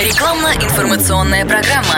Рекламно-информационная программа.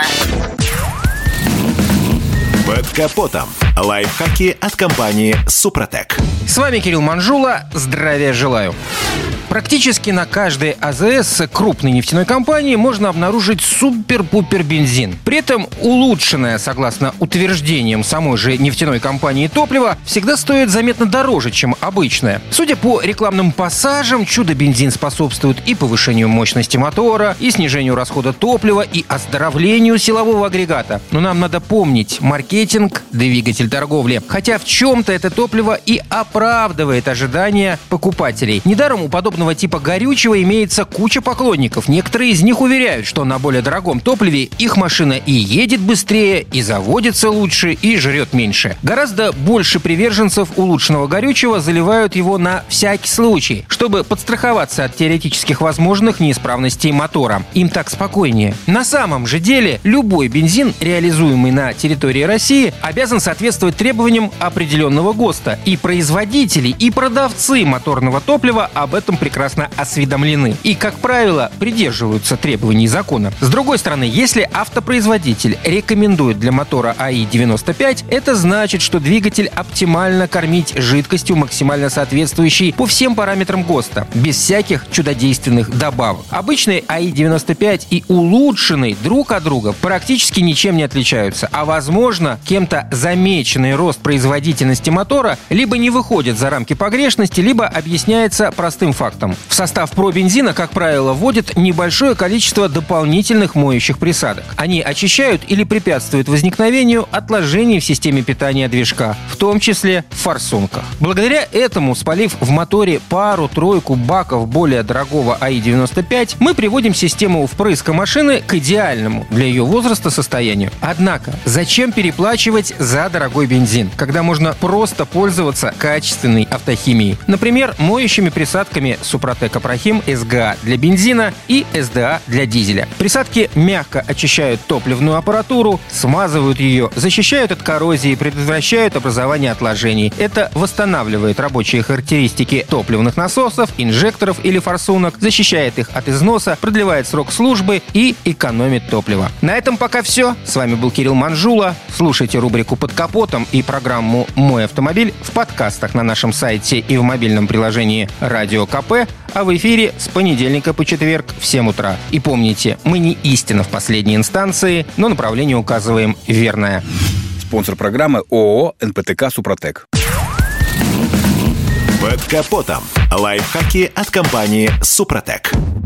Под капотом. Лайфхаки от компании «Супротек». С вами Кирилл Манжула. Здравия желаю. Практически на каждой АЗС крупной нефтяной компании можно обнаружить супер-пупер бензин. При этом улучшенное, согласно утверждениям самой же нефтяной компании, топливо всегда стоит заметно дороже, чем обычное. Судя по рекламным пассажам, чудо-бензин способствует и повышению мощности мотора, и снижению расхода топлива, и оздоровлению силового агрегата. Но нам надо помнить, маркетинг – двигатель торговли. Хотя в чем-то это топливо и оправдывает ожидания покупателей. Недаром у подобного типа горючего имеется куча поклонников. Некоторые из них уверяют, что на более дорогом топливе их машина и едет быстрее, и заводится лучше, и жрет меньше. Гораздо больше приверженцев улучшенного горючего заливают его на всякий случай, чтобы подстраховаться от теоретических возможных неисправностей мотора. Им так спокойнее. На самом же деле, любой бензин, реализуемый на территории России, обязан соответствовать требованиям определенного ГОСТа. И производители, и продавцы моторного топлива об этом прекрасно осведомлены и, как правило, придерживаются требований закона. С другой стороны, если автопроизводитель рекомендует для мотора АИ-95, это значит, что двигатель оптимально кормить жидкостью, максимально соответствующей по всем параметрам ГОСТа, без всяких чудодейственных добавок. Обычный АИ-95 и улучшенный друг от друга практически ничем не отличаются, а, возможно, кем-то замеченный рост производительности мотора либо не выходит за рамки погрешности, либо объясняется простым фактом. В состав пробензина, как правило, вводят небольшое количество дополнительных моющих присадок. Они очищают или препятствуют возникновению отложений в системе питания движка, в том числе в форсунках. Благодаря этому, спалив в моторе пару-тройку баков более дорогого АИ-95, мы приводим систему впрыска машины к идеальному для ее возраста состоянию. Однако, зачем переплачивать за дорогой бензин, когда можно просто пользоваться качественной автохимией? Например, моющими присадками Супротек Апрахим СГА для бензина и СДА для дизеля. Присадки мягко очищают топливную аппаратуру, смазывают ее, защищают от коррозии, предотвращают образование отложений. Это восстанавливает рабочие характеристики топливных насосов, инжекторов или форсунок, защищает их от износа, продлевает срок службы и экономит топливо. На этом пока все. С вами был Кирилл Манжула. Слушайте рубрику «Под капотом» и программу «Мой автомобиль» в подкастах на нашем сайте и в мобильном приложении «Радио КП», а в эфире с понедельника по четверг в 7 утра. И помните, мы не истина в последней инстанции, но направление указываем верное. Спонсор программы ООО «НПТК Супротек». Под капотом. Лайфхаки от компании «Супротек».